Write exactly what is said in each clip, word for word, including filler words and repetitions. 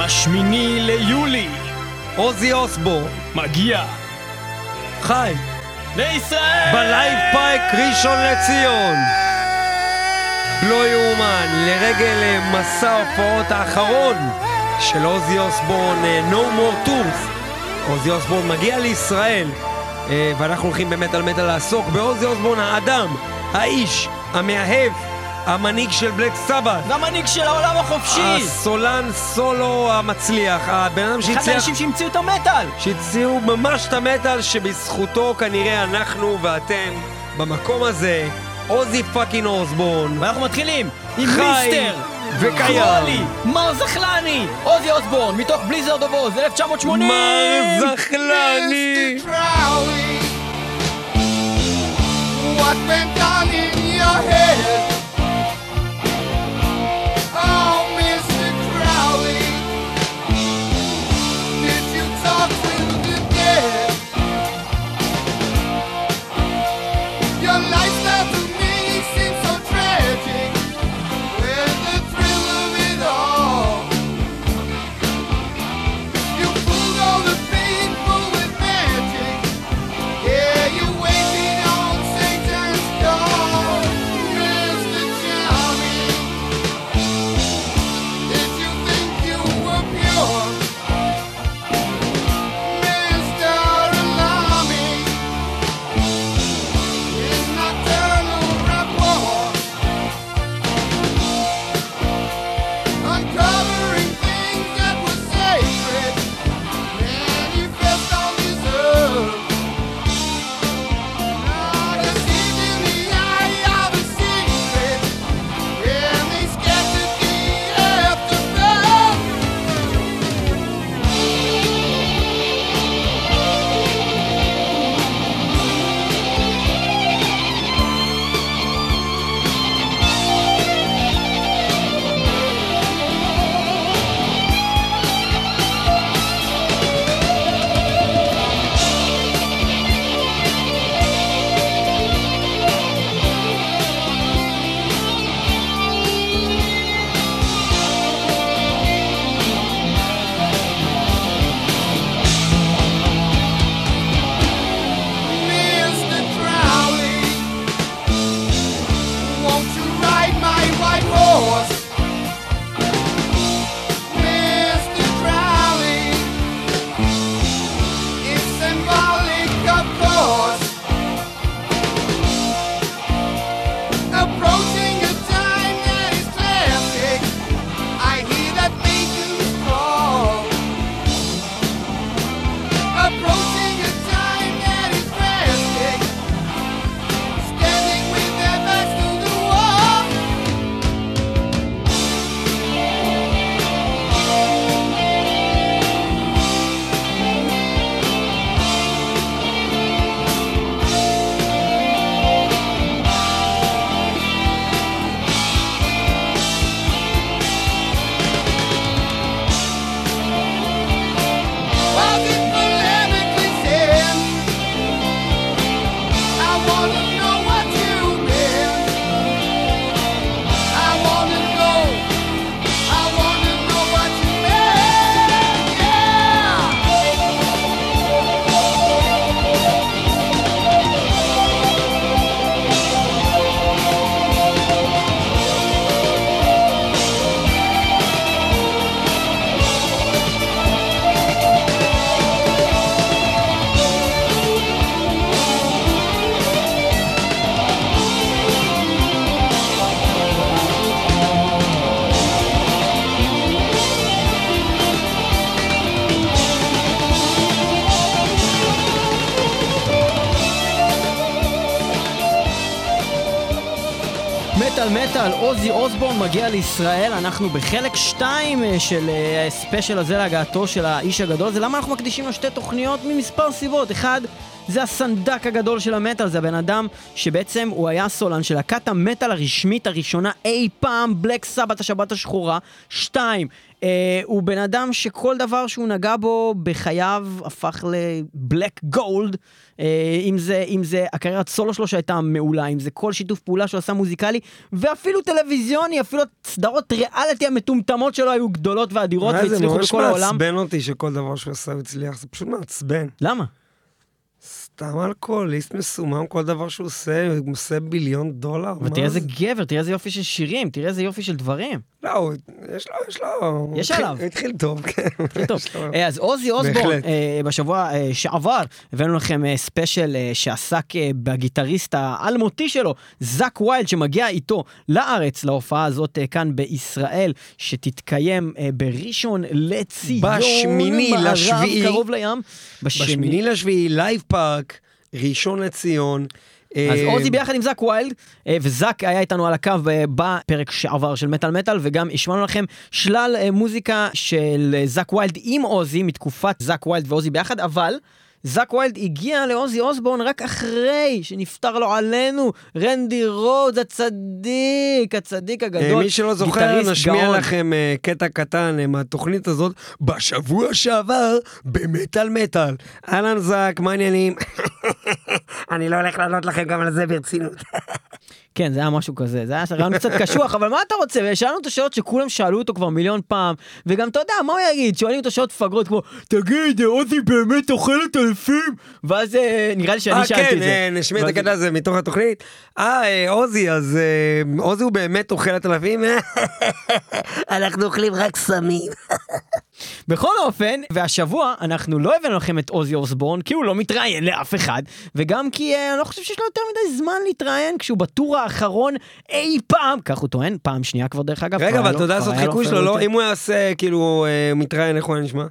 בשמיני ליולי עוזי אוסבורן מגיע חי לישראל בלייב פארק ראשון לציון. לא יאומן, לרגל מסע ההופעות האחרון של עוזי אוסבורן, No More Tours. עוזי אוסבורן מגיע לישראל, ואנחנו הולכים באמת על מטה לעסוק בעוזי אוסבורן, האדם, האיש, המאהב, המנהיג של בלק סבת, והמנהיג של העולם החופשי, הסולן סולו המצליח, הבן אדם שהצליח, אחד האנשים שהמציאו את המטל, שהציעו ממש את המטל, שבזכותו כנראה אנחנו ואתם במקום הזה. עוזי פאקינג אוסבורן, ואנחנו מתחילים עם חי מיסטר וקיים, חרולי מר זחלני. עוזי אוסבורן מתוך בליזרד אוף אוז אלף תשע מאות שמונים. מר זחלני. What went on in your head? Oh, Mister Crowley, did you talk to the dead? Your lifestyle to me seems so tragic. Where's the thrill of it all? You fooled all the people with magic. Yeah, you waited on Satan's door, Mister Charming. Did you think you were pure, Mister Alarming? In nocturnal rapport, uncovering things that were sacred, manifest undeserved. Deceived in the eye of a secret, and they scattered the aftermath. Mister Crowley, won't you ride my white horse? Mister Crowley, it's symbolic, of course. Approaching a time that is classic, I hear that maidens call. Approaching a time that is drastic, standing with their backs to the wall. Was it polemically said? I wanna know what you meant. I wanna know, I wanna know what you meant, yeah. מטל מטל, עוזי אוסבורן מגיע לישראל. אנחנו בחלק שתיים של הספיישל הזה להגעתו של האיש הגדול. זה למה אנחנו מקדישים לו שתי תוכניות ממספר סיבות. אחד, זה הסנדק הגדול של המטל, זה הבן אדם שבעצם הוא היה סולן של להקת המטל הרשמית הראשונה אי פעם, בלק סבת השבת השחורה. שתיים, אה, הוא בן אדם שכל דבר שהוא נגע בו בחייו הפך לבלק גולד, אה, אם זה, אם זה הקריירת סולו שלו שהייתה מעולה, אם זה כל שיתוף פעולה שהוא עשה מוזיקלי, ואפילו טלוויזיוני, אפילו סדרות ריאליטי המטומטמות שלו היו גדולות ואדירות והצליחו בכל העולם. זה ממש מעצבן אותי שכל דבר שהוא עשה הצליח, זה פשוט מעצבן. למה? סתם אלכוהוליסט מסומם, כל דבר שהוא עושה, הוא עושה ביליון דולר. ותראה איזה גבר, תראה איזה יופי של שירים, תראה איזה יופי של דברים. לא, יש לו, יש לו. יש עליו. הוא התחיל טוב, כן. התחיל טוב. אז עוזי אוסבורן, בשבוע שעבר, הבאנו לכם ספיישל שעסק בגיטריסט האלמותי שלו, זאק ויילד, שמגיע איתו לארץ, להופעה הזאת כאן בישראל, שתתקיים בראשון לציון. בשמיני לשביעי. קרוב לים. בשמיני לשביעי, לייב פארק, ראשון לציון. אז עוזי ביחד עם זאק ויילד, וזאק היה איתנו על הקו בפרק שעבר של מטל מטל, וגם השמענו לכם שלל מוזיקה של זאק ויילד עם עוזי, מתקופת זאק ויילד ועוזי ביחד, אבל זאק ויילד הגיע לעוזי אוסבורן רק אחרי שנפטר לו עלינו רנדי רודס, הצדיק, הצדיק הגדול. מי שלא זוכר, נשמיע לכם קטע קטן מהתוכנית הזאת בשבוע שעבר במטל מטל. אהלן זאק, מה העניינים? אני לא הולך לענות לכם גם על זה ברצינות. כן, זה היה משהו כזה, זה היה רעיון קצת קשוח, אבל מה אתה רוצה? ושאלנו את השאלות שכולם שאלו אותו כבר מיליון פעם, וגם אתה יודע, מה הוא יגיד? שואלים אותו שאלות פגרות כמו, תגיד, עוזי באמת אוכלת אלפים? ואז נראה לי שאני שאלתי את זה. אה, כן, נשמיע את הקטע הזה מתוך התוכנית. אה, עוזי, אז עוזי הוא באמת אוכלת אלפים? אנחנו אוכלים רק סמים. בכל אופן, והשבוע אנחנו לא הבאנו לכם את עוזי אוסבורן, כי הוא לא מתראיין לאף אחד, וגם כי אני לא חושב שיש לו יותר מדי זמן להתראיין, כשהוא בטור האחרון אי פעם, כך הוא טוען, פעם שנייה כבר דרך אגב. רגע, אבל אתה יודע לעשות חיקוי שלו, לא? אם הוא יעשה, כאילו, מתראיין, איך הוא נשמע?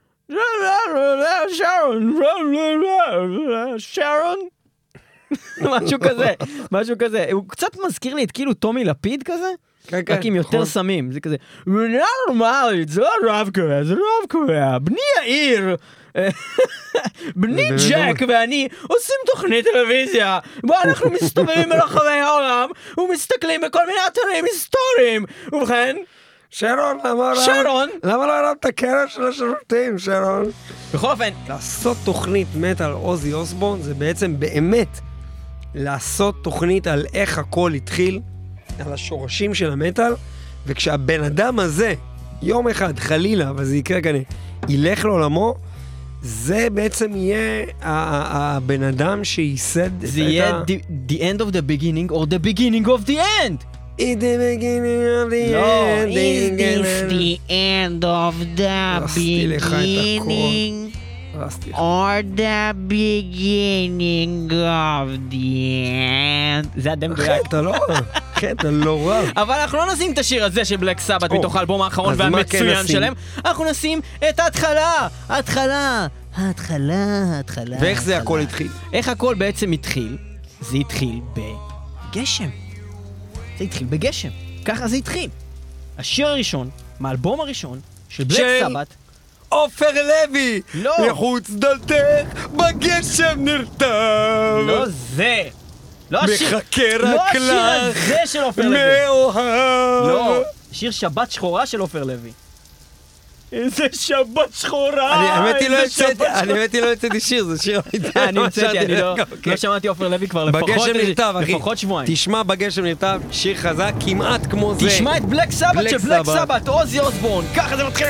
שרון, שרון, משהו כזה, משהו כזה, הוא קצת מזכיר לי את כאילו טומי לפיד כזה, רק עם יותר סמים, זה כזה, נורמלית, זה לא רב קורא, זה לא רב קורא, בני העיר, בני ג'ק ואני עושים תוכנית טלוויזיה, בו אנחנו מסתובבים ברחבי העולם, ומסתכלים בכל מיני אתרים היסטוריים, ובכן, שרון, למה שרון, למה לא הרמת את הקרן של השירותים, שרון? בכל אופן, לעשות תוכנית מת על עוזי אוסבורן, זה בעצם באמת לעשות תוכנית על איך הכל התחיל, על השורשים של המטל, וכשהבן אדם הזה, יום אחד, חלילה, וזה יקרה כאן, ילך לעולמו, זה בעצם יהיה הבן אדם שייסד את ה... זה יהיה the end of the beginning, or the beginning of the end! It's the beginning of the לא, end. is this the end of the beginning? or the beginning of the end. זה אדם דויק. אתה לא, אתה לא רב. אבל אנחנו לא נשים את השיר הזה של בלק סבת מתוך האלבום האחרון והמצוין שלהם. אנחנו נשים את ההתחלה. ההתחלה. ההתחלה, ההתחלה. ואיך זה הכל התחיל? איך הכל בעצם התחיל? זה התחיל בגשם. זה התחיל בגשם. ככה זה התחיל. השיר הראשון, מהאלבום הראשון של בלק סבת, עופר לוי! לא! מחוץ דלתך בגשם נרטב! לא זה! לא השיר... מחכה רק לא השיר לך! הזה של עופר לוי! מאוהב! לא! שיר שבת שחורה של עופר לוי. איזה שבת שחורה! אני האמת היא לא יצאתי, אני האמת היא לא יצאתי שיר, זה שיר... אני יצאתי, אני לא... לא שמעתי עופר לוי כבר לפחות... בגשם נרטב, אחי. לפחות שבועיים. תשמע בגשם נרטב, שיר חזק כמעט כמו זה. תשמע את בלק סבת של בלק סבת, עוזי אוסבורן, ככה זה מתחיל!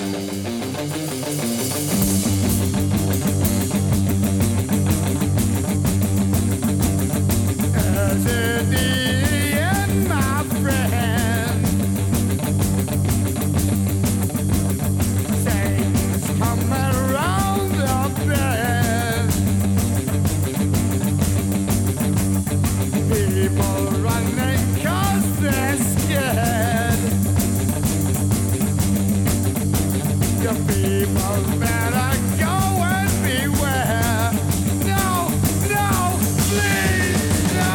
As in the end, my friend, things come around the bend. People running 'cause they're scared. The people better go and beware. No, no, please, no.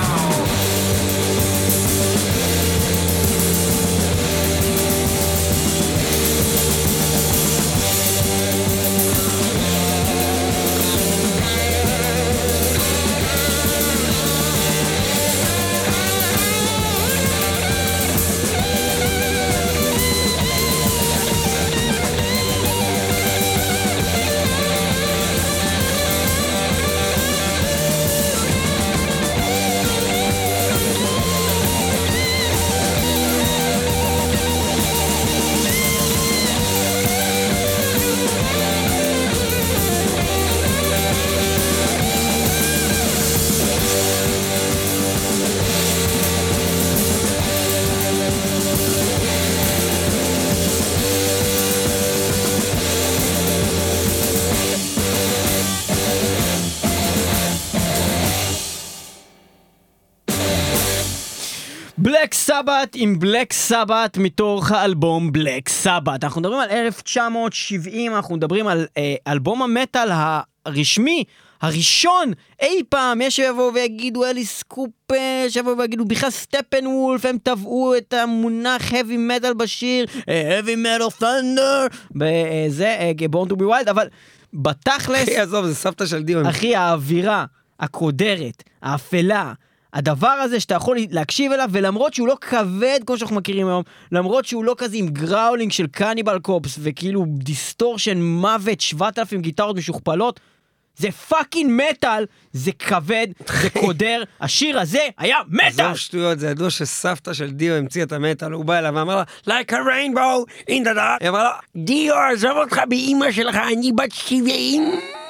בלק סבת עם בלק סבת מתוך האלבום בלק סבת. אנחנו מדברים על אלף תשע מאות שבעים, אנחנו מדברים על אה, אלבום המטל הרשמי, הראשון אי פעם. יש שיבואו ויגידו אליס קופר, שיבואו ויגידו בכלל סטפן וולף, הם טבעו את המונח heavy metal בשיר, heavy metal thunder, בזה, born to be wild, אבל בתכלס... אחי, עזוב, זה סבתא של דיון. אחי, האווירה, הקודרת, האפלה, הדבר הזה שאתה יכול להקשיב אליו, ולמרות שהוא לא כבד כמו שאנחנו מכירים היום, למרות שהוא לא כזה עם גראולינג של קניבל קופס, וכאילו דיסטורשן מוות, שבעת אלפים גיטרות משוכפלות, זה פאקינג מטל, זה כבד, זה קודר, השיר הזה היה מטל! עזוב שטויות, זה ידוע שסבתא של דיו המציאה את המטל, הוא בא אליו ואמר לה, like a rainbow in the dark, היא אמרה לה, דיו, עזוב אותך באמא שלך, אני בת שבעים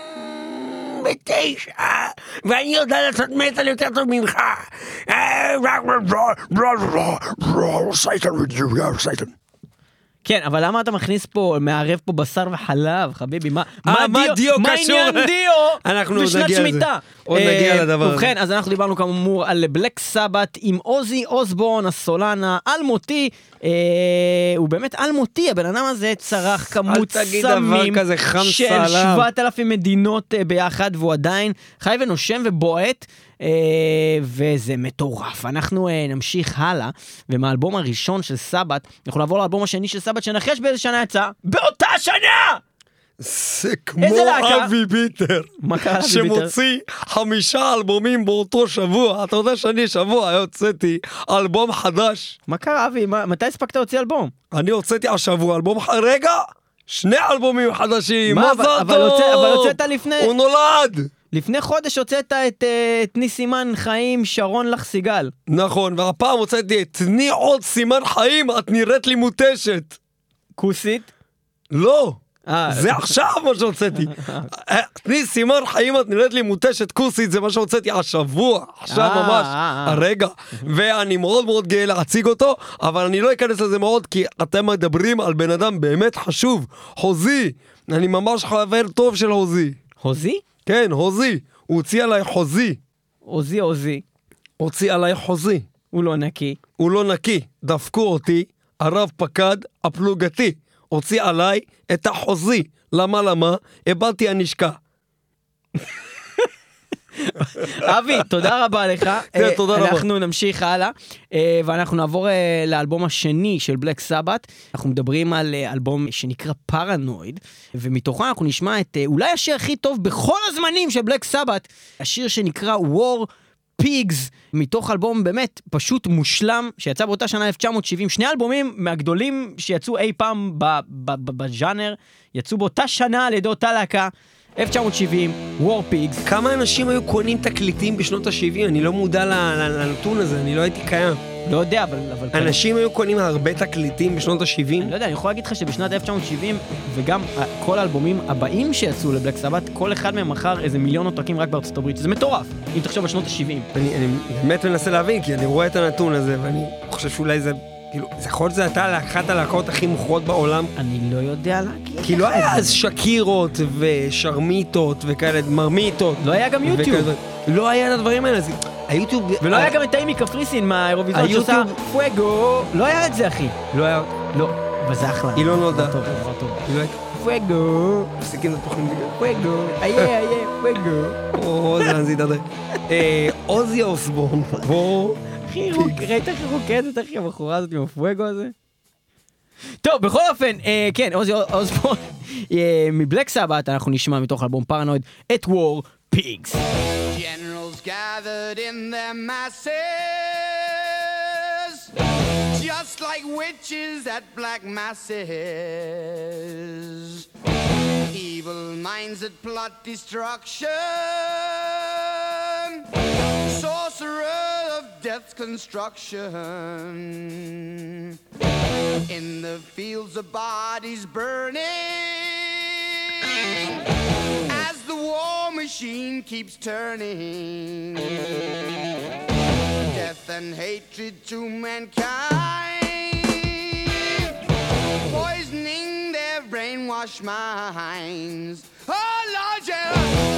ותשע, ואני יודע לעשות מטל יותר טוב ממך. כן, אבל למה אתה מכניס פה, מערב פה בשר וחלב, חביבי? מה דיו מה קשור? עניין דיו בשנת שמיטה? עוד נגיע לדבר הזה. ובכן, אז אנחנו דיברנו כאמור על בלק סבת עם עוזי אוסבורן, הסולן האלמותי. הוא באמת אלמותי, הבן אדם הזה צרח כמות סמים של שבעת אלפים מדינות ביחד, והוא עדיין חי ונושם ובועט, וזה מטורף. אנחנו נמשיך הלאה, ומהאלבום הראשון של סבת, אנחנו נעבור לאלבום השני של סבת, שנחש באיזה שנה יצא? באותה שנה! זה כמו איזה להקה? אבי ביטר, מה קרה לאבי ביטר? שמוציא חמישה אלבומים באותו שבוע. אתה יודע שאני שבוע הוצאתי אלבום חדש. מה קרה אבי? מה- מתי הספקת להוציא אלבום? אני הוצאתי השבוע אלבום ח... רגע! שני אלבומים חדשים, מה, מזל אבל- אבל טוב! הוצא- אבל הוצאת לפני- הוא נולד! לפני חודש הוצאת את, אה, את תני סימן חיים שרון לך סיגל. נכון, והפעם הוצאתי את תני עוד סימן חיים, את נראית לי מוטשת. כוסית? לא! אה, זה עכשיו מה שהוצאתי. תני סימן חיים, את נראית לי מוטשת כוסית, זה מה שהוצאתי השבוע, עכשיו אה, ממש, אה, אה. הרגע. ואני מאוד מאוד גאה להציג אותו, אבל אני לא אכנס לזה מאוד, כי אתם מדברים על בן אדם באמת חשוב, הוזי. אני ממש חבר טוב של הוזי. הוזי? כן, הוזי. הוא הוציא עליי חוזי. עוזי עוזי. הוציא עליי חוזי. הוא לא נקי. הוא לא נקי. דפקו אותי, הרב פקד, הפלוגתי. הוציא עליי את החוזי. למה למה? איבדתי הנשקה. אבי, תודה רבה לך. כן, אה, תודה רבה. אנחנו נמשיך הלאה, אה, ואנחנו נעבור אה, לאלבום השני של בלק סבת. אנחנו מדברים על אה, אלבום שנקרא פרנויד, ומתוכו אנחנו נשמע את אה, אולי השיר הכי טוב בכל הזמנים של בלק סבת, השיר שנקרא War Pigs, מתוך אלבום באמת פשוט מושלם, שיצא באותה שנה אלף תשע מאות שבעים, שני אלבומים מהגדולים שיצאו אי פעם ב- ב- ב- בז'אנר, יצאו באותה שנה על ידי אותה להקה, אלף תשע מאות שבעים, War Pigs. כמה אנשים היו קונים תקליטים בשנות ה-שבעים? אני לא מודע ל- ל- לנתון הזה, אני לא הייתי קיים. לא יודע, אבל... אבל אנשים היו קונים הרבה תקליטים בשנות ה-שבעים. אני לא יודע, אני יכול להגיד לך שבשנת אלף תשע מאות שבעים, וגם כל האלבומים הבאים שיצאו לבלק סבת, כל אחד מהם מכר איזה מיליון עותקים רק בארצות הברית, שזה מטורף, אם תחשוב בשנות ה-שבעים. אני, אני באמת מנסה להבין, כי אני רואה את הנתון הזה, ואני חושב שאולי זה... כאילו, זה יכול להיות שזה הייתה לאחת הלהקות הכי מוכרות בעולם. אני לא יודע להגיד. כי לא היה אז שקירות ושרמיטות וכאלה, מרמיטות. לא היה גם יוטיוב. וכאלה, לא היה את הדברים האלה. היוטיוב... ולא היה גם את האימי קפריסין מהאירוויזיון שעושה פואגו. לא היה את זה, אחי. לא היה... לא, אבל זה אחלה. היא לא נולדה. טוב, זה טוב. היא לא הייתה... פואגו. מפסיקים את התוכנית בגלל. פואגו. איה, איה, פואגו. או, זה לאן זה יתעדר. עוזי אוסבורן. בוא... אחי, ראית איך רוקדת, אחי, הבחורה הזאת עם הפואגו הזה? טוב, בכל אופן, כן, עוזי אוסבורן, מבלק סבת, אנחנו נשמע מתוך אלבום פרנויד, את War Pigs. Generals gathered in their masses, just like witches at black masses. Evil minds that plot destruction, sorcerer of death's construction. In the fields of bodies burning, as the war machine keeps turning, death and hatred to mankind, poisoning their brainwashed minds. Oh Lord, yeah.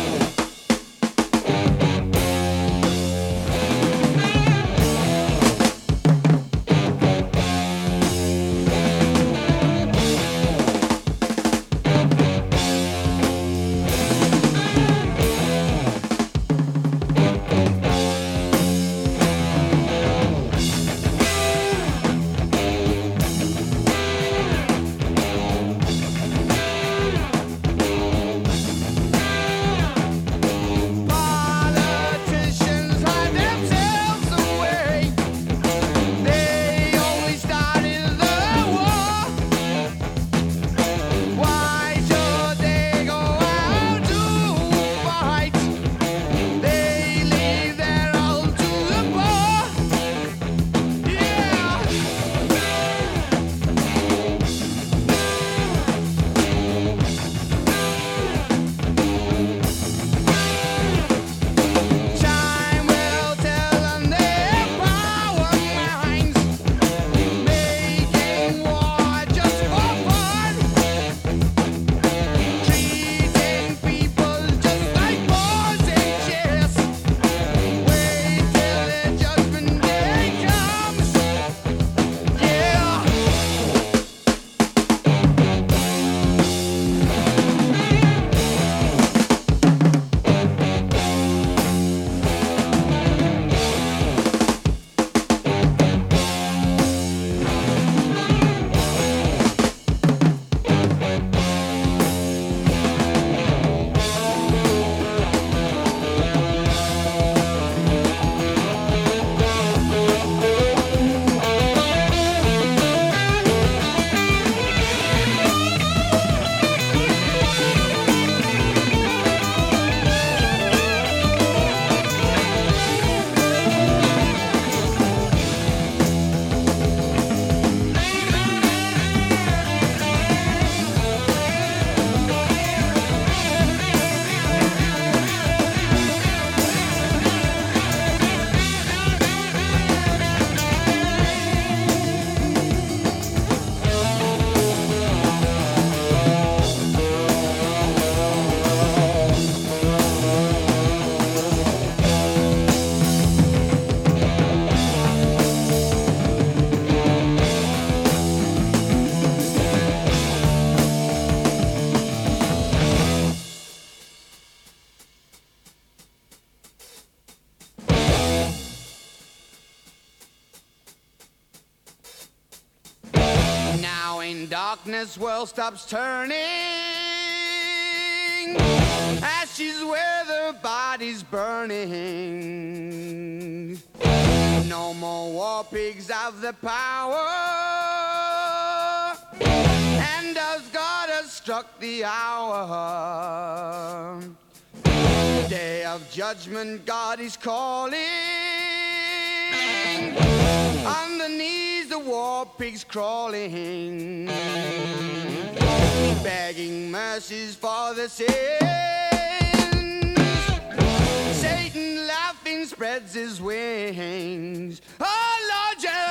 Darkness world stops turning, ashes where the body's burning. No more war pigs have the power, and as God has struck the hour, day of judgment God is calling. the knees, the war pigs crawling, begging mercies for the sins. Satan laughing spreads his wings. Oh Lord, yeah.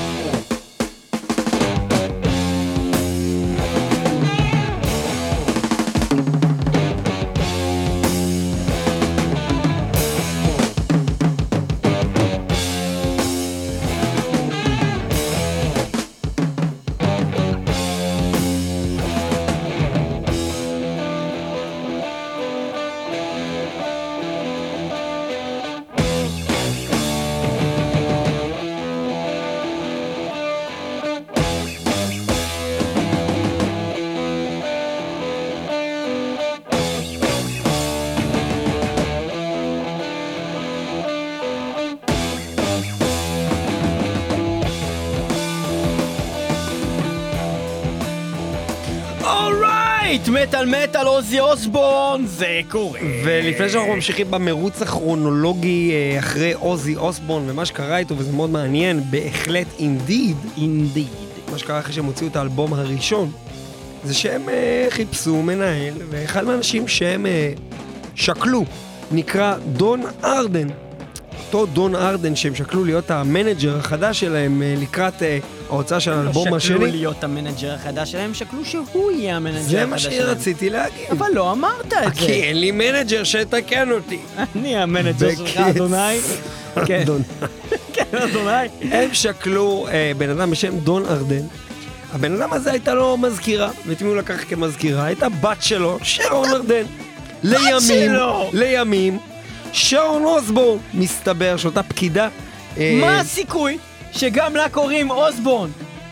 מטל מטל עוזי אוסבורן, זה קורה. ולפני שאנחנו ממשיכים במרוץ הכרונולוגי אחרי עוזי אוסבורן ומה שקרה איתו, וזה מאוד מעניין, בהחלט אינדיד, אינדיד. מה שקרה אחרי שהם הוציאו את האלבום הראשון, זה שהם uh, חיפשו מנהל, ואחד מהאנשים שהם uh, שקלו, נקרא דון ארדן. אותו דון ארדן שהם שקלו להיות המנג'ר החדש שלהם uh, לקראת uh, ההוצאה של האלבום השני. לא שקלו להיות המנג'ר החדש שלהם, שקלו שהוא יהיה המנג'ר החדש שלהם. זה מה שרציתי להגיד. אבל לא אמרת את זה. כי אין לי מנג'ר שתקן אותי. אני המנג'ר שלך, אדוני. כן, כן, אדוני. הם שקלו uh, בן אדם בשם דון ארדן. הבן אדם הזה הייתה לו מזכירה, ואת מי הוא לקח כמזכירה? הייתה בת שלו, שרון ארדן. לימים, לימים, שרון אוסבורן, מסתבר שאותה פקידה. מה הסיכוי שגם לה קוראים אוסבורן?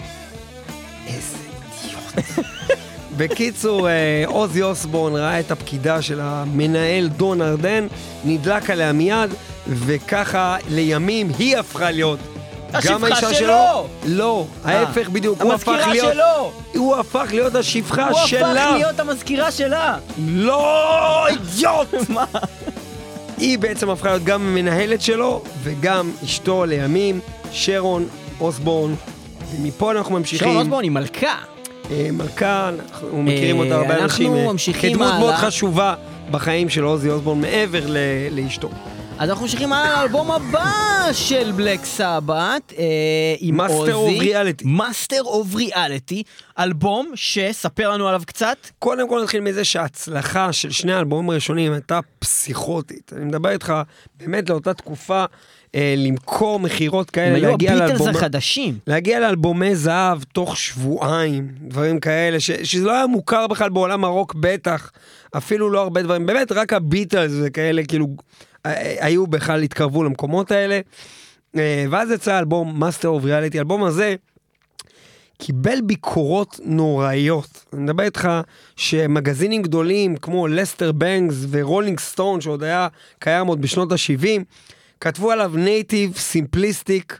איזה אידיוט. בקיצור, עוזי אוסבורן ראה את הפקידה של המנהל דון ארדן, נדלק עליה מיד, וככה לימים היא הפכה להיות השפחה שלו! לא, ההפך בדיוק, הוא הפך להיות... שלו! הוא הפך להיות השפחה הוא שלה! הוא הפך להיות המזכירה שלה! לא, אידיוט! מה? היא בעצם הפכה להיות גם המנהלת שלו, וגם אשתו לימים, שרון אוסבורן. ומפה אנחנו ממשיכים... שרון אוסבורן היא מלכה! מלכה, אנחנו מכירים אותה הרבה אנשים. אנחנו ממשיכים כדמות מאוד חשובה בחיים של עוזי אוסבורן, מעבר לאשתו. אז אנחנו ממשיכים על האלבום הבא של בלק סבת, עם עוזי. Master of Reality. Master of Reality, אלבום שספר לנו עליו קצת. קודם כל נתחיל מזה שההצלחה של שני האלבומים הראשונים הייתה פסיכוטית. אני מדבר איתך באמת לאותה תקופה, אה, למכור מחירות כאלה, להגיע לאלבום... הם היו הביטלס החדשים. להגיע לאלבומי זהב תוך שבועיים, דברים כאלה, ש, שזה לא היה מוכר בכלל בעולם הרוק בטח, אפילו לא הרבה דברים, באמת רק הביטלס וכאלה, כאילו... היו בכלל התקרבו למקומות האלה, ואז יצא האלבום Master of Reality. האלבום הזה קיבל ביקורות נוראיות. אני מדבר איתך שמגזינים גדולים כמו לסטר בנגס ורולינג סטון, שעוד היה קיים עוד בשנות ה-שבעים, כתבו עליו נייטיב, סימפליסטיק,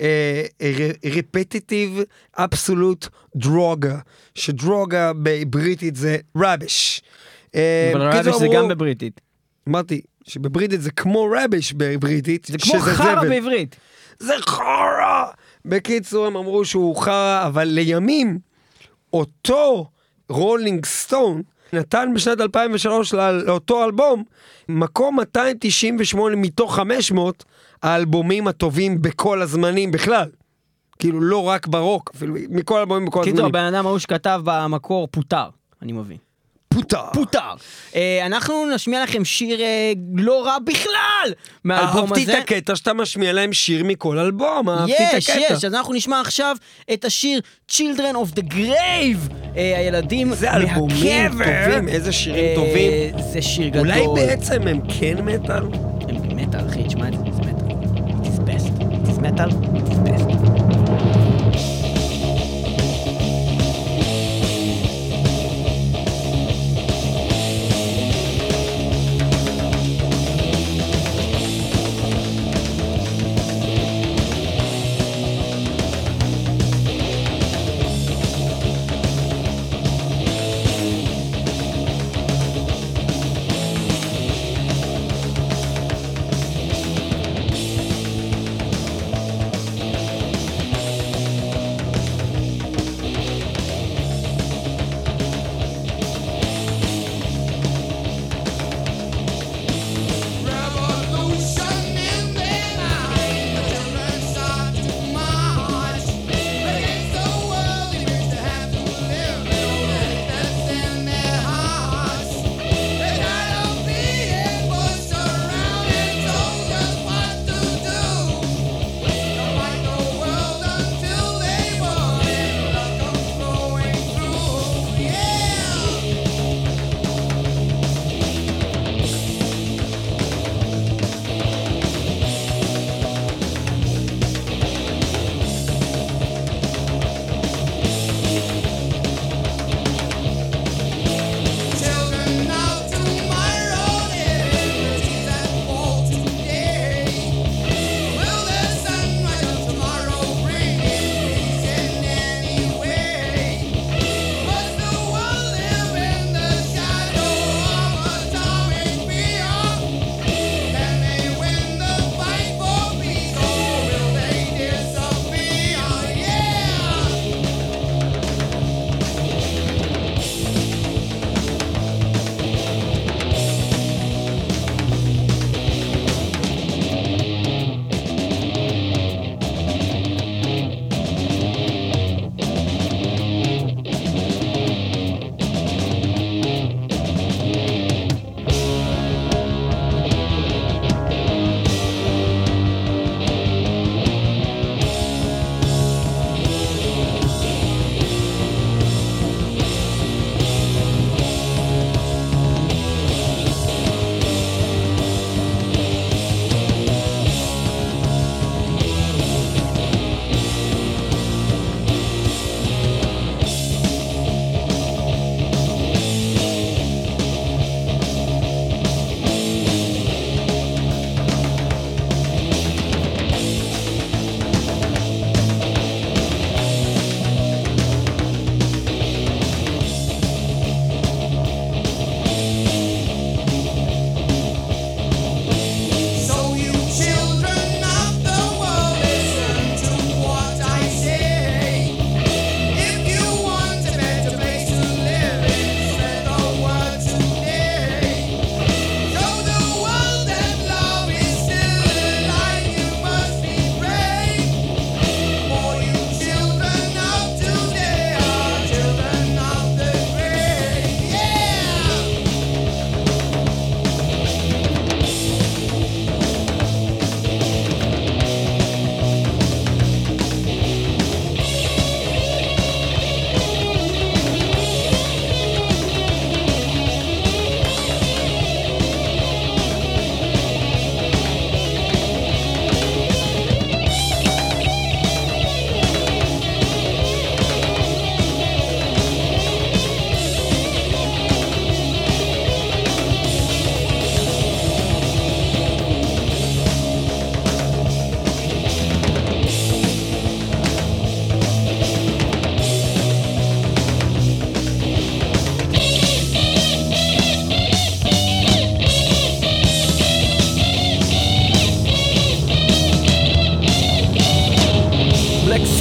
רפטיטיב, אבסולוט דרוגה, שדרוגה בבריטית זה רבש. אבל רבש זה גם בבריטית. אמרתי, שבבריטית זה כמו רבש בבריטית. זה כמו חרא בעברית. זה חרא! בקיצור, הם אמרו שהוא חרא, אבל לימים, אותו רולינג סטון, נתן בשנת אלפיים ושלוש לאותו אלבום, מקום מאתיים תשעים ושמונה מתוך חמש מאות האלבומים הטובים בכל הזמנים בכלל. כאילו לא רק ברוק, אפילו מכל האלבומים בכל הזמנים. קיצור, הבן אדם ההוא שכתב במקור פוטר, אני מבין. פוטר. פוטר. אה, אנחנו נשמיע לכם שיר אה, לא רע בכלל מהאלבום הזה. אהבתי את הקטע שאתה משמיע להם שיר מכל אלבום, אהבתי את הקטע. יש, יש, אז אנחנו נשמע עכשיו את השיר Children of the Grave, אה, הילדים מהקבר. זה אלבומים טובים, איזה שירים אה, טובים. זה שיר גדול. אולי בעצם הם כן מטל? הם מטל, אחי, תשמע את זה, זה מטל. It is best. It is metal, it is best.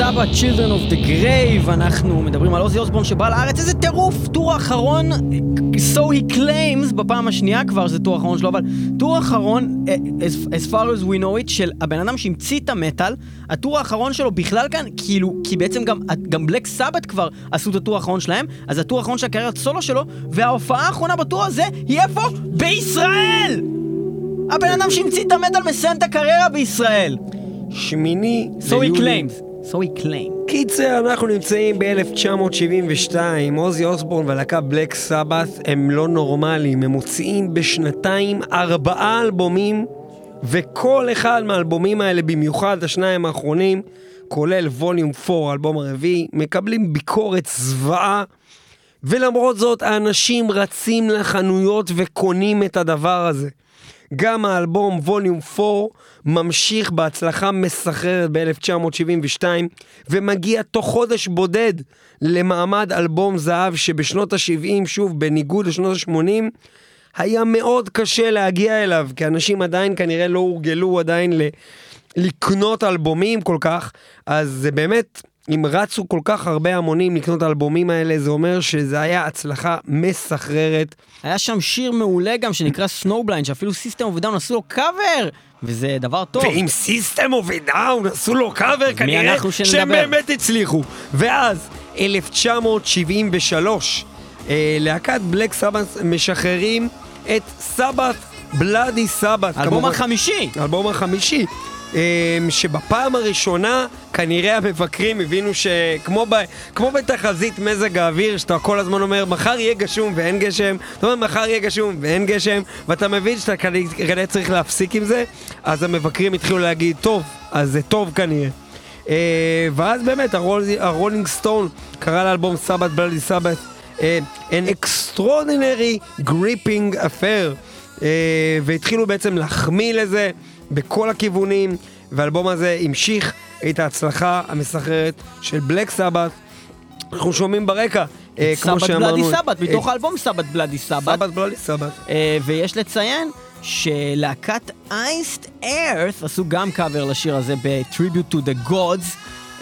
סבא, Children of the Grave, אנחנו מדברים על עוזי אוסבורן שבא לארץ, איזה טירוף, טור האחרון, so he claims, בפעם השנייה כבר זה טור האחרון שלו, אבל טור האחרון, as, as far as we know it, של הבן אדם שהמציא את המטל, הטור האחרון שלו בכלל כאן, כאילו, כי בעצם גם, גם בלק סבת כבר עשו את הטור האחרון שלהם, אז הטור האחרון של הקריירת סולו שלו, וההופעה האחרונה בטור הזה, היא איפה? בישראל! הבן אדם שהמציא את המטל מסיים את הקריירה בישראל. שמיני So he claims. So he claims. קיצר, אנחנו נמצאים ב-אלף תשע מאות שבעים ושתיים, עוזי אוסבורן והלהקה בלק סבת הם לא נורמליים, הם מוציאים בשנתיים ארבעה אלבומים, וכל אחד מהאלבומים האלה, במיוחד השניים האחרונים, כולל ווליום ארבע, האלבום הרביעי, מקבלים ביקורת זוועה, ולמרות זאת האנשים רצים לחנויות וקונים את הדבר הזה. גם האלבום ווליום ארבע ממשיך בהצלחה מסחררת ב-אלף תשע מאות שבעים ושתיים, ומגיע תוך חודש בודד למעמד אלבום זהב, שבשנות ה-שבעים, שוב, בניגוד לשנות ה-שמונים, היה מאוד קשה להגיע אליו, כי אנשים עדיין כנראה לא הורגלו עדיין ל- לקנות אלבומים כל כך, אז זה באמת, אם רצו כל כך הרבה המונים לקנות האלבומים האלה, זה אומר שזה היה הצלחה מסחררת. היה שם שיר מעולה גם שנקרא Snowblind, שאפילו System of a Down עשו לו קאבר, וזה דבר טוב. ואם System of a Down עשו לו קאבר, כנראה שהם באמת הצליחו. ואז, אלף תשע מאות שבעים ושלוש, אה, להקת בלק סבת משחררים את סבת בלאדי סבת. אלבום החמישי. אלבום החמישי. שבפעם הראשונה כנראה המבקרים הבינו שכמו ב, כמו בתחזית מזג האוויר, שאתה כל הזמן אומר מחר יהיה גשום ואין גשם, אתה אומר מחר יהיה גשום ואין גשם, ואתה מבין שאתה כנראה צריך להפסיק עם זה, אז המבקרים התחילו להגיד טוב, אז זה טוב כנראה. ואז באמת הרולינג סטון קרא לאלבום סבת בלאדי סבת an extraordinary gripping affair, והתחילו בעצם להחמיא לזה בכל הכיוונים, והאלבום הזה המשיך את ההצלחה המסחררת של בלק סבת. אנחנו שומעים ברקע, סבת בלאדי סבת, מתוך האלבום סבת בלאדי סבת. סבת בלאדי סבת. ויש לציין שלהקת אייסט ארת עשו גם קאבר לשיר הזה ב-Tribute to the Gods,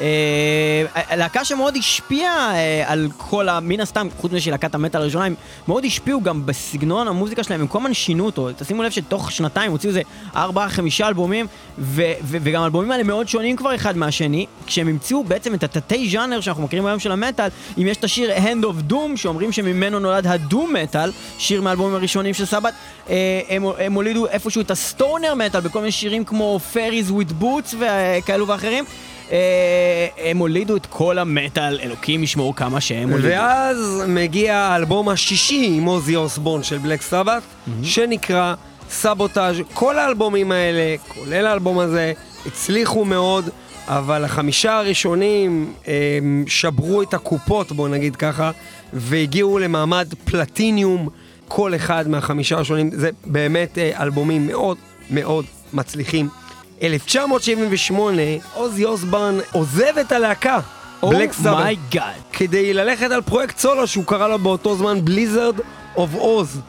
להקה שמאוד השפיעה על כל ה... מן הסתם, חוץ מזה של להקת המטל הראשונה, הם מאוד השפיעו גם בסגנון המוזיקה שלהם, הם כל הזמן שינו אותו. תשימו לב שתוך שנתיים הוציאו איזה ארבעה, חמישה אלבומים, ו- ו- וגם האלבומים האלה מאוד שונים כבר אחד מהשני, כשהם המציאו בעצם את התתי ז'אנר שאנחנו מכירים היום של המטל. אם יש את השיר Hand of Doom, שאומרים שממנו נולד הדום מטל, שיר מהאלבומים הראשונים של סבת, הם, הם הולידו איפשהו את הסטונר מטל בכל מיני שירים כמו Fairies with Boots וכאלו ואחרים. הם הולידו את כל המטל, אלוקים ישמעו כמה שהם הולידו. ואז מגיע האלבום השישי עם עוזי אוסבורן של בלק סבת, שנקרא סבוטאז'. כל האלבומים האלה, כולל האלבום הזה, הצליחו מאוד, אבל החמישה הראשונים הם שברו את הקופות, בוא נגיד ככה, והגיעו למעמד פלטיניום. כל אחד מהחמישה הראשונים, זה באמת אלבומים מאוד מאוד מצליחים. אלף תשע מאות שבעים ושמונה, עוזי אוסבורן עוזב את הלהקה, בלק סבת, כדי ללכת על פרויקט סולו שהוא קרא לו באותו זמן Blizzard of Oz.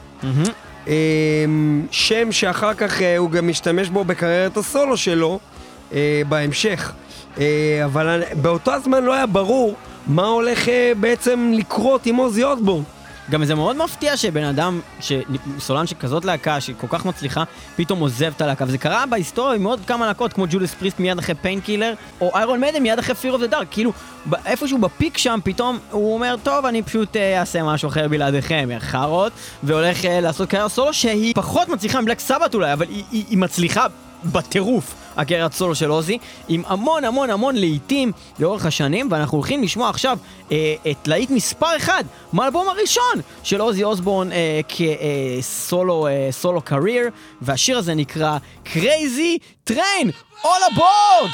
שם שאחר כך הוא גם משתמש בו בקריירת הסולו שלו בהמשך. אבל באותו הזמן לא היה ברור מה הולך בעצם לקרות עם עוזי אוסבורן. גם זה מאוד מפתיע שבן אדם, סולן שכזאת להקה, שכל כך מצליחה, פתאום עוזב את הלהקה. וזה קרה בהיסטוריה עם עוד כמה להקות, כמו ג'ודס פריסט מיד אחרי פיינקילר, או איירון מיידן מיד אחרי Fear of the Dark. כאילו, איפשהו בפיק שם, פתאום הוא אומר, טוב, אני פשוט אעשה משהו אחר בלעדיכם, חרות, והולך לעשות קריירה סולו שהיא פחות מצליחה מבלק סבת אולי, אבל היא, היא, היא מצליחה בטירוף, הקריירת סולו של עוזי, עם המון המון המון לעיתים לאורך השנים, ואנחנו הולכים לשמוע עכשיו אה, את להיט מספר אחד מהאלבום הראשון של עוזי אוסבורן אה, כסולו אה, סולו קרייר, והשיר הזה נקרא Crazy Train, All Aboard!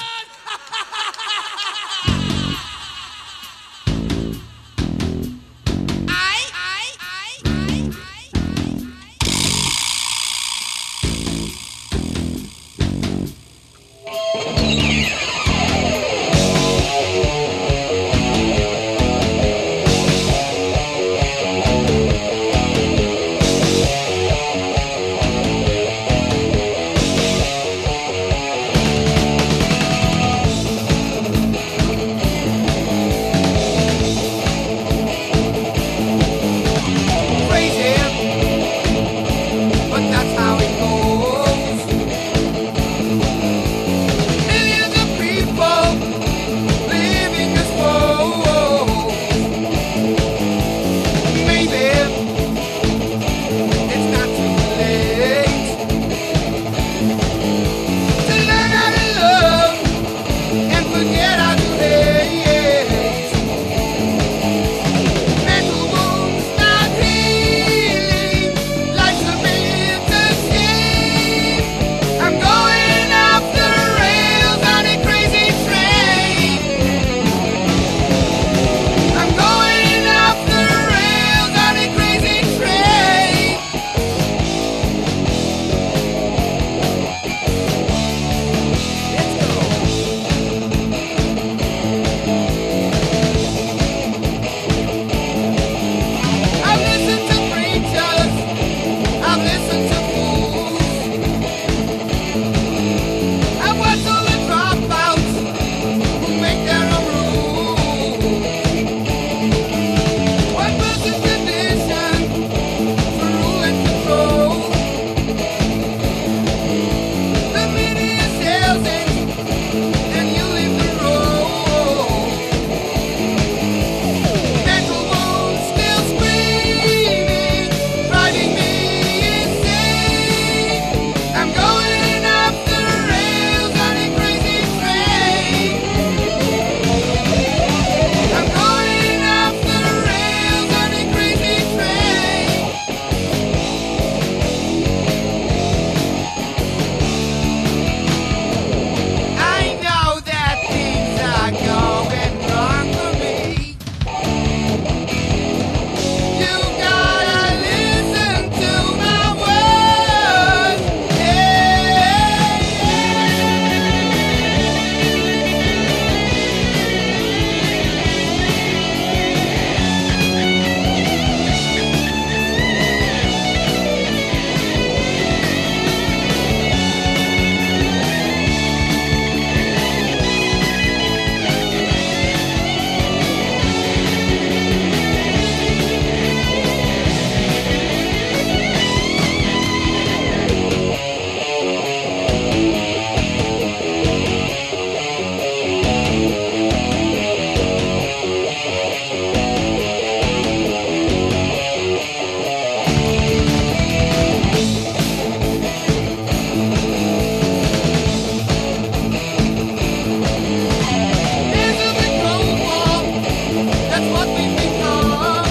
what we become.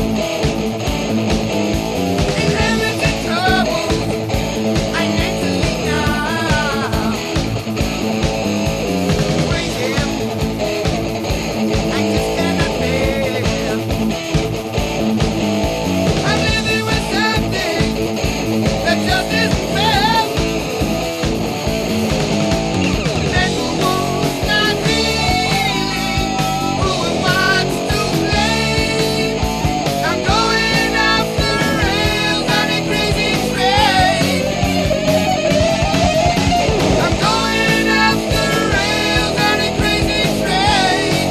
Inherited troubles, I mentally numb. Waiting, I just cannot bear. I'm living with something that just isn't fair. And who's not healing? Who and what's to blame? I'm going off the rails on a crazy train. I'm going off the rails on a crazy train.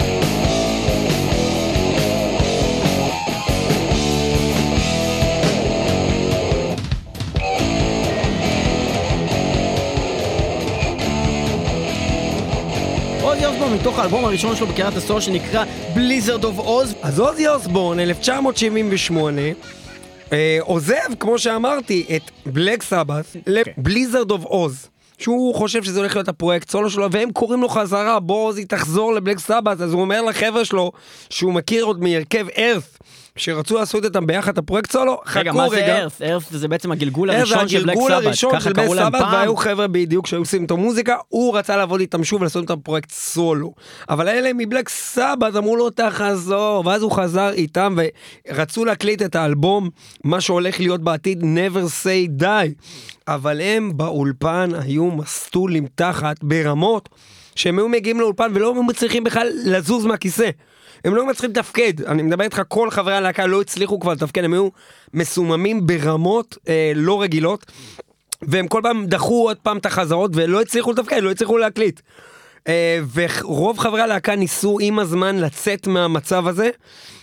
עוזי אוסבורן מתוך האלבום הראשון שלו בקריאת הסול שנקרא Blizzard of Oz. אז עוזי אוסבורן, אלף תשע מאות שבעים ושמונה, אה, עוזב, כמו שאמרתי, את בלק סבת לבליזרד אוף עוז. שהוא חושב שזה הולך להיות הפרויקט סולו שלו, והם קוראים לו חזרה, בוא עוזי תחזור לבלק סבת, אז הוא אומר לחבר'ה שלו, שהוא מכיר עוד מהרכב ארת, שרצו לעשות איתם ביחד את הפרויקט סולו, רגע, חכו מה זה רגע. ארת'? ארת' זה בעצם הגלגול זה הראשון של בלק הגלגול סבת, הראשון ככה של בלק קראו להם סבת, פעם. והיו חבר'ה בדיוק שהיו עושים את המוזיקה, הוא רצה לעבוד איתם שוב ולעשות איתם פרויקט סולו. אבל האלה מבלק סבת אמרו לו תחזור, ואז הוא חזר איתם ורצו להקליט את האלבום, מה שהולך להיות בעתיד, Never Say Die. אבל הם באולפן היו מסטולים תחת ברמות, שהם היו מגיעים לאולפן ולא מצליחים בכלל לזוז מהכיסא. הם לא מצליחים לתפקד, אני מדבר איתך, כל חברי הלהקה לא הצליחו כבר לתפקד, הם היו מסוממים ברמות אה, לא רגילות, והם כל פעם דחו עוד פעם את החזרות, ולא הצליחו לתפקד, לא הצליחו להקליט. אה, ורוב חברי הלהקה ניסו עם הזמן לצאת מהמצב הזה,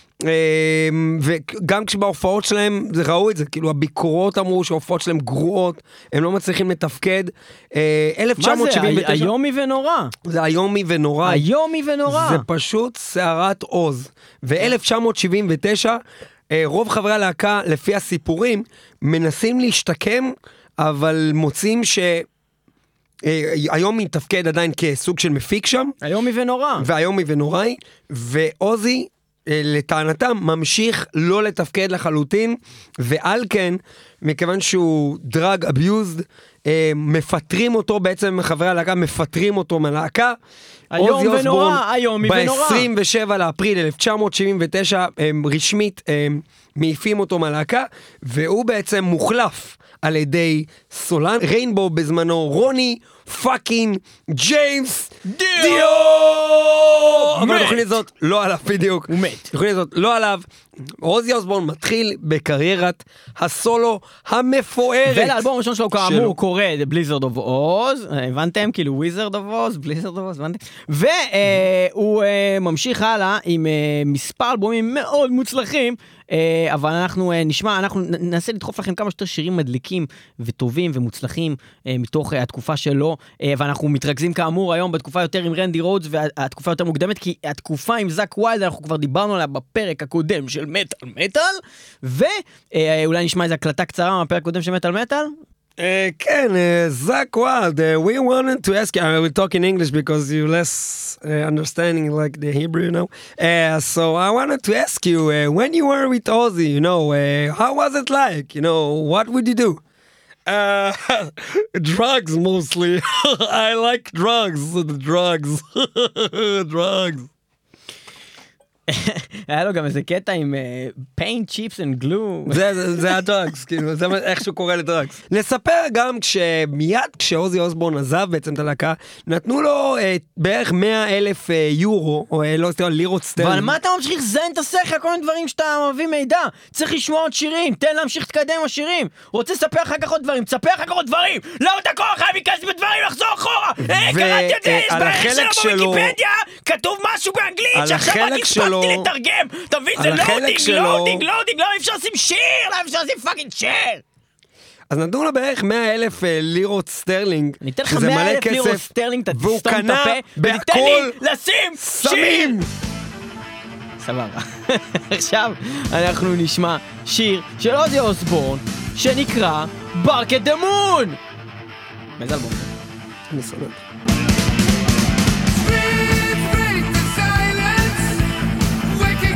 וגם כשבהופעות שלהם ראו את זה, כאילו הביקורות אמרו שההופעות שלהם גרועות, הם לא מצליחים לתפקד. אלף תשע מאות שבעים ותשע מה זה? היומי ונורא. זה היומי ונורא. היומי ונורא. זה פשוט סערת עוז. ו-אלף תשע מאות שבעים ותשע רוב חברי הלהקה לפי הסיפורים מנסים להשתקם, אבל מוצאים ש... היום מתפקד עדיין כסוג של מפיק שם. היומי ונורא. והיומי ונוראי, ועוזי לטענתם ממשיך לא לתפקד לחלוטין, ועל כן, מכיוון שהוא דרג אביוזד, מפטרים אותו בעצם, חברי הלהקה מפטרים אותו מהלהקה. היום ונורא, היומי ונורא. ב-עשרים ושבעה לאפריל אלף תשע מאות שבעים ותשע, רשמית מעיפים אותו מהלהקה, והוא בעצם מוחלף על ידי סולן ריינבו בזמנו, רוני פאקינג ג'יימס דיו! אבל תוכנית זאת לא עליו בדיוק. הוא מת. תוכנית זאת לא עליו. עוזי אוסבורן מתחיל בקריירת הסולו המפוארת. ולאלבום הראשון שלו כאמור קורא The Blizzard of Oz, הבנתם? כאילו Wizard of Oz, Blizzard of Oz, הבנתם? והוא ממשיך הלאה עם מספר אלבומים מאוד מוצלחים, אבל אנחנו נשמע, אנחנו ננסה לדחוף לכם כמה שיותר שירים מדליקים וטובים ומוצלחים מתוך התקופה שלו, ואנחנו מתרכזים כאמור היום בתקופה יותר עם רנדי רודס, והתקופה יותר מוקדמת, כי התקופה עם זאק ויילד, אנחנו כבר דיברנו עליה בפרק הקודם של מטל מטל, ואולי נשמע איזו הקלטה קצרה מהפרק הקודם של מטל מטל? כן, זאק ויילד, we wanted to ask you, I will talk in English because you're less uh, understanding like the Hebrew, you know, uh, so I wanted to ask you, uh, when you were with Ozzy, you know, uh, how was it like, you know, what would you do? Uh, drugs mostly, I like drugs, drugs, drugs. היה לו גם איזה קטע עם paint, chips and glue. זה הדרגס, כאילו, זה איך שהוא קורא לדרגס. נספר גם כשמיד כשעוזי אוסבורן עזב בעצם את הלהקה, נתנו לו בערך מאה אלף יורו, או לא, סתם, לירות סטרלינג. אבל מה אתה ממשיך לזיין את השכל, כל מיני דברים שאתה מביא מידע? צריך לשמוע עוד שירים, תן להמשיך להתקדם השירים. רוצה לספר אחר כך עוד דברים, תספר אחר כך עוד דברים. לא אתה כל חייב להיכנס בדברים, לחזור אחורה. קראתי את זה, יש בערך שלו בוויקיפדיה, כתוב משהו באנגלית, שעכשיו רק הספקתי לתרגם. אתה מבין, זה לואודינג, לואודינג, לואודינג, לא אפשר לשים שיר, לא אפשר לשים פאקינג שיר. אז נתנו לו בערך מאה אלף לירות סטרלינג. אני אתן לך מאה אלף לירות סטרלינג, אתה תסתום את הפה, ותתן לי לשים סמים! סבבה. עכשיו אנחנו נשמע שיר של עוזי אוסבורן, שנקרא Bark at the Moon! מאיזה אלבום? אני סולן. Break the silence, wake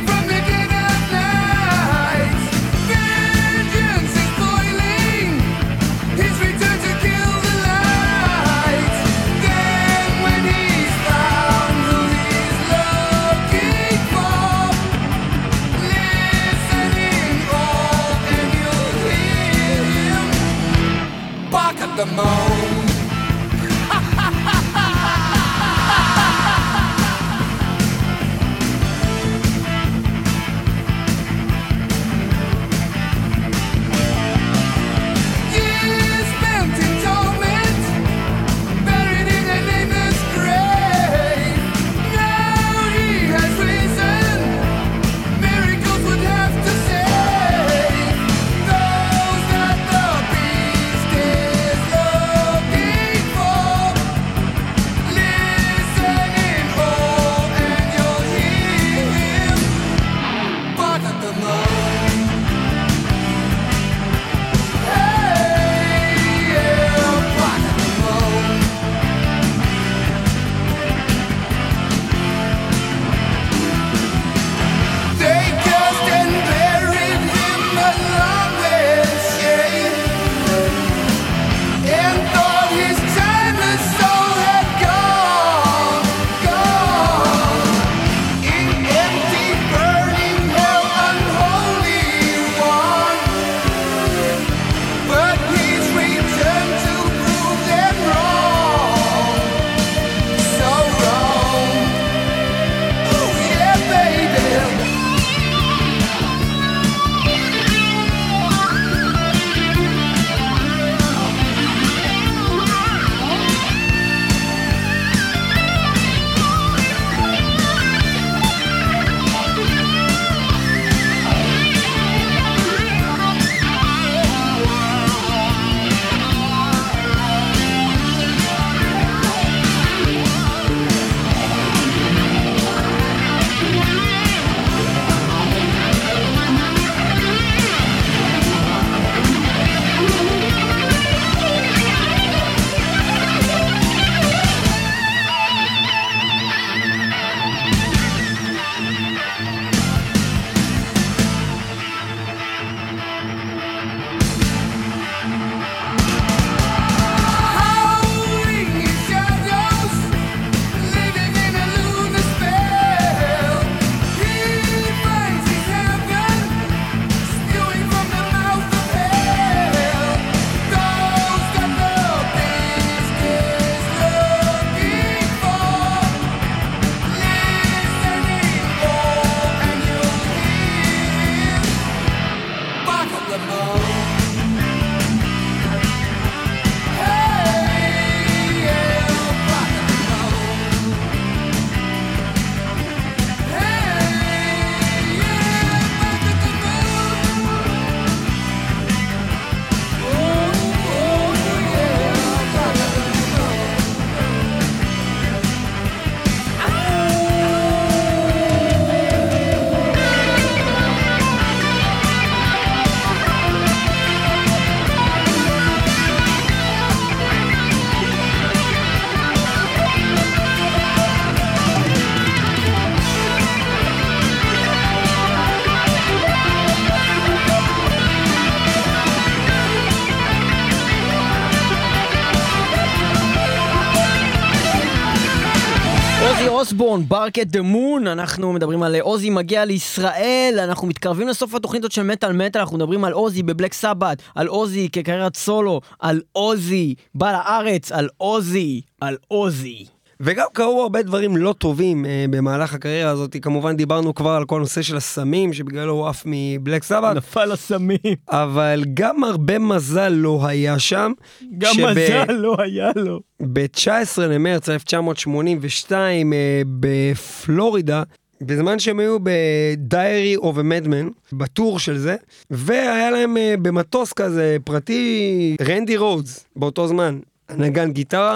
אוסבורן, ברק את דה מון, אנחנו מדברים על עוזי מגיע לישראל, אנחנו מתקרבים לסוף התוכנית הזאת של מטל מטל, אנחנו מדברים על עוזי בבלק סבת, על עוזי כקריירת סולו, על עוזי בא לארץ, על עוזי, על עוזי. וגם קראו הרבה דברים לא טובים אה, במהלך הקריירה הזאת, כמובן דיברנו כבר על כל נושא של הסמים, שבגללו הוא עף מבלק סבת. נפל הסמים. אבל גם הרבה מזל לא היה שם. גם שב... מזל לא היה לו. ב-תשעה עשר למרץ אלף תשע מאות שמונים ושתיים אה, בפלורידה, בזמן שהם היו ב-Diary of a Madman, בטור של זה, והיה להם אה, במטוס כזה פרטי רנדי רודס, באותו זמן, נגן גיטרה,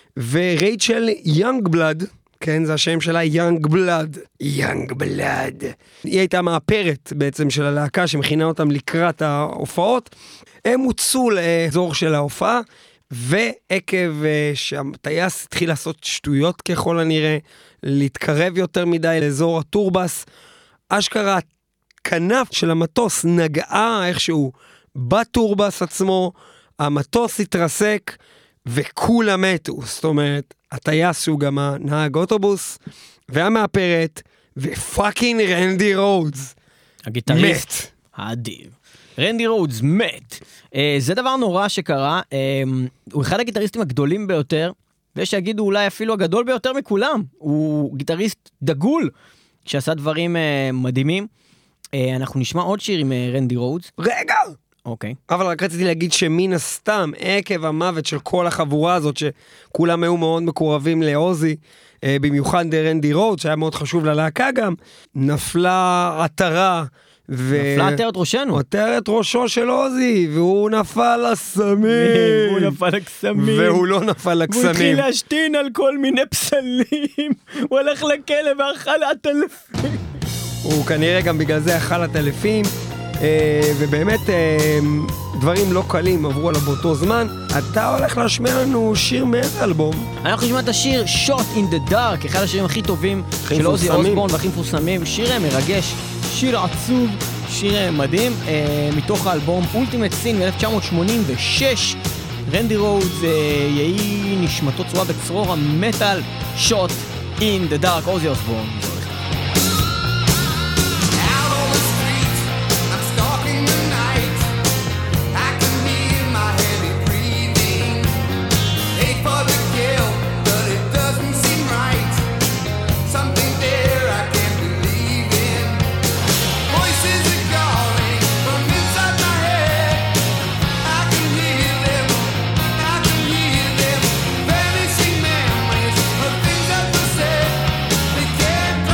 ורייצ'ל יאנגבלד, כן, זה השם שלה, יאנגבלד, יאנגבלד. היא הייתה מאפרת בעצם של הלהקה שמכינה אותם לקראת ההופעות. הם הוצאו לאזור של ההופעה, ועקב שהטייס התחיל לעשות שטויות ככל הנראה, להתקרב יותר מדי לאזור הטורבס, אשכרה הכנף של המטוס נגעה איכשהו בטורבס עצמו, המטוס התרסק, וכולם מתו, זאת אומרת, הטייס שהוא גם הנהג אוטובוס, והמאפרת, ופאקינג רנדי רודס. הגיטריסט. מת. האדיר. רנדי רודס מת. אה, זה דבר נורא שקרה, אה, הוא אחד הגיטריסטים הגדולים ביותר, ויש שיגידו אולי אפילו הגדול ביותר מכולם. הוא גיטריסט דגול, שעשה דברים אה, מדהימים. אה, אנחנו נשמע עוד שיר עם אה, רנדי רודס. רגע! אוקיי. אבל רק רציתי להגיד שמן הסתם, עקב המוות של כל החבורה הזאת, שכולם היו מאוד מקורבים לעוזי, במיוחד רנדי רודס, שהיה מאוד חשוב ללהקה גם, נפלה עטרה, ו... נפלה עטרת ראשנו. עטרת ראשו של עוזי, והוא נפל לסמים. הוא נפל לקסמים. והוא לא נפל לקסמים. הוא התחיל להשתין על כל מיני פסלים. הוא הלך לכלא ואכל עטלפים. הוא כנראה גם בגלל זה אכל עטלפים. ובאמת דברים לא קלים עברו עליו באותו זמן. אתה הולך להשמיע לנו שיר מאיזה אלבום? אנחנו נשמע את השיר Shot in the Dark, אחד השירים הכי טובים של עוזי אוסבורן והכי מפורסמים, שיר מרגש, שיר עצוב, שיר מדהים, מתוך האלבום Ultimate Sin מ-אלף תשע מאות שמונים ושש. רנדי רודס, יהי נשמתו צורה בצרור המטל, Shot in the Dark, עוזי אוסבורן. Can't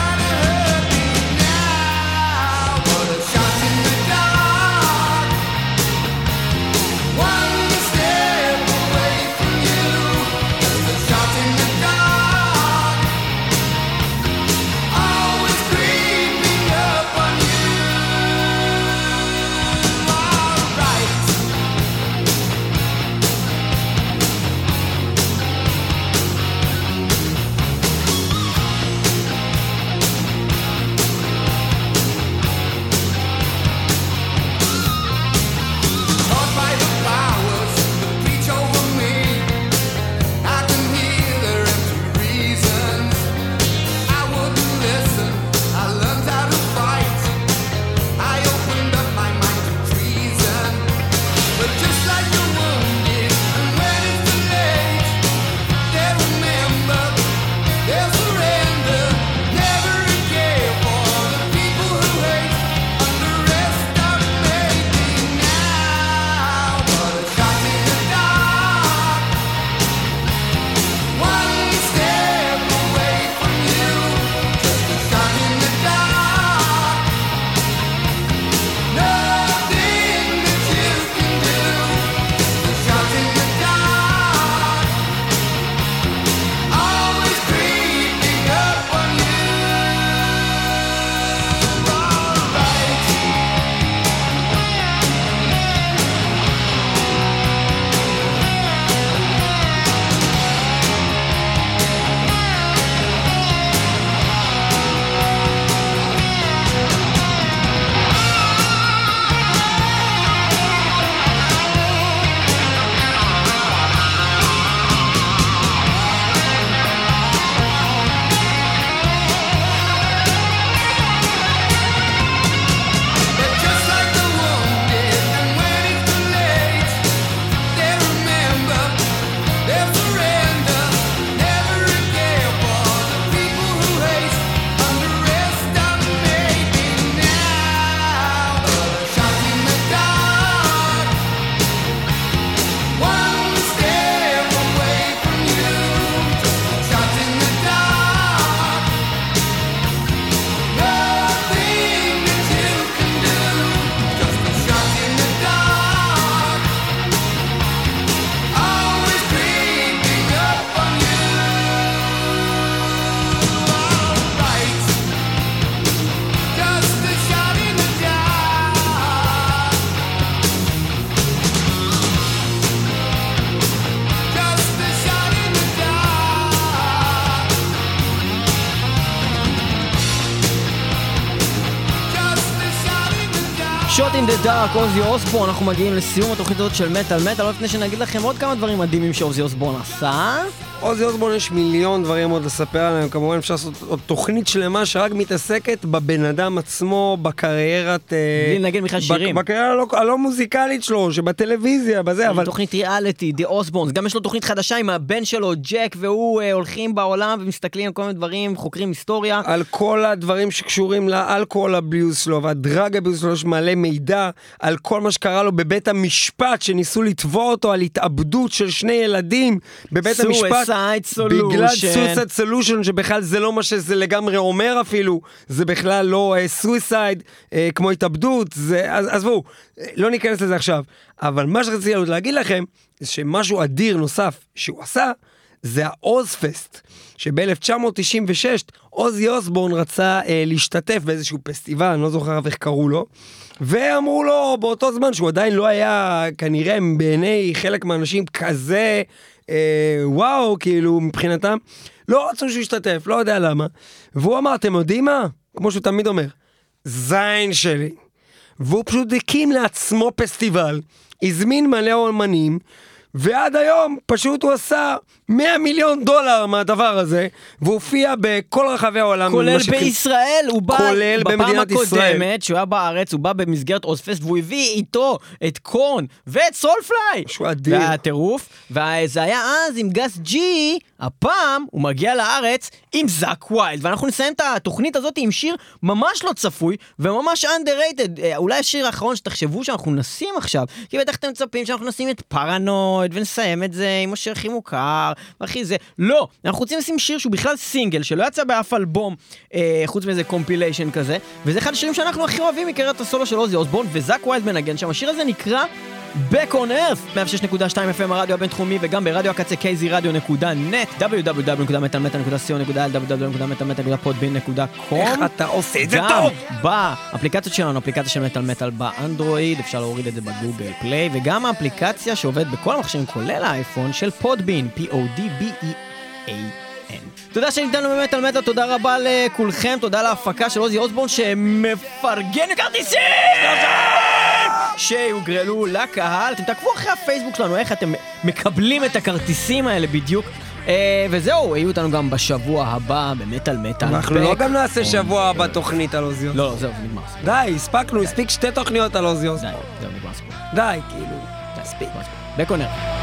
שוט אין דה דארק, עוזי אוסבורן. אנחנו מגיעים לסיום התוכנית הזאת של מטל מטל, לא לפני שנגיד לכם עוד כמה דברים מדהימים שעוזי אוסבורן עשה. עוזי אוסבורן יש מיליון דברים עוד לספר עליהם, כמובן אפשר לעשות עוד תוכנית שלמה שרק מתעסקת בבן אדם עצמו, בקריירת... בלי לנגן בכלל שירים. בקריירה הלא, הלא מוזיקלית שלו, שבטלוויזיה, בזה, אבל... תוכנית ריאליטי, דה אוסבורן, גם יש לו תוכנית חדשה עם הבן שלו, ג'ק, והוא אה, הולכים בעולם ומסתכלים על כל מיני דברים, חוקרים היסטוריה. על כל הדברים שקשורים לאלכוהול הביוז שלו, והדרג הביוז שלו, יש מלא מידע על כל מה שקרה לו בבית המשפט, שניסו לתבוע אותו על התאבדות של שני ילדים בבית המשפט. בגלל סויסייד סולושן, שבכלל זה לא מה שזה לגמרי אומר אפילו, זה בכלל לא סויסייד, uh, uh, כמו התאבדות, זה, אז, אז בואו, לא ניכנס לזה עכשיו, אבל מה שרציתי להגיד לכם, זה שמשהו אדיר נוסף שהוא עשה, זה האוזפסט, שב-אלף תשע מאות תשעים ושש, עוזי אוסבורן רצה uh, להשתתף באיזשהו פסטיבל, אני לא זוכר איך קראו לו, ואמרו לו באותו זמן, שהוא עדיין לא היה כנראה בעיני חלק מהאנשים כזה, אה, וואו, כאילו מבחינתם, לא רצו שהוא ישתתף, לא יודע למה, והוא אמר, אתם יודעים מה? כמו שהוא תמיד אומר, זין שלי, והוא פשוט הקים לעצמו פסטיבל, הזמין מלא אומנים, ועד היום פשוט הוא עשה מאה מיליון דולר מהדבר הזה, והופיע בכל רחבי העולם. כולל בישראל, הוא בא בפעם הקודמת, שהוא היה בארץ, הוא בא במסגרת אוזפסט, והוא הביא איתו את קורן ואת סולפליי. שהוא אדיר. והטירוף, וזה היה אז עם גס ג'י, הפעם הוא מגיע לארץ עם זאק ויילד, ואנחנו נסיים את התוכנית הזאת עם שיר ממש לא צפוי, וממש underrated, אולי השיר האחרון שתחשבו שאנחנו נשים עכשיו, כי בטח אתם מצפים שאנחנו נשים את פרנויד, ונסיים את זה עם השיר הכי מוכר, ואחי זה, לא, אנחנו רוצים לשים שיר שהוא בכלל סינגל, שלא יצא באף אלבום, אה, חוץ מאיזה קומפיליישן כזה, וזה אחד השירים שאנחנו הכי אוהבים מקריירת הסולו של עוזי אוסבורן, וזאק ויילד מנגן שם, השיר הזה נקרא Back on Earth, מאה ושש נקודה שתיים אף אם הרדיו הבינתחומי, וגם ברדיו הקצה קי זי רדיו נקודה נט, דאבליו דאבליו דאבליו נקודה מטל מטל נקודה סי או נקודה אל, דאבליו דאבליו דאבליו נקודה מטל מטל נקודה פודבין נקודה קום. איך אתה עושה את זה טוב? גם באפליקציות שלנו, אפליקציה של מטל מטל באנדרואיד, אפשר להוריד את זה בגוגל פליי, וגם האפליקציה שעובד בכל המכשירים, כולל האייפון, של פודבין, פי או די בי אי איי אן. תודה שניתנו במטל מטל, תודה רבה לכולכם, תודה להפקה של עוזי אוסבורן שמפרגן כרטיסים שיוגרלו לקהל. אתם תעקבו אחרי הפייסבוק שלנו, איך אתם מקבלים את הכרטיסים האלה בדיוק. וזהו, היו אותנו גם בשבוע הבא במטל מטל. אנחנו לא גם נעשה שבוע הבא תוכנית על עוזי אוסבורן. לא, זהו, נגמר. די, הספקנו, הספיק שתי תוכניות על עוזי אוסבורן. די, זהו, נגמר. די, כאילו. די, ספיק. בקונר.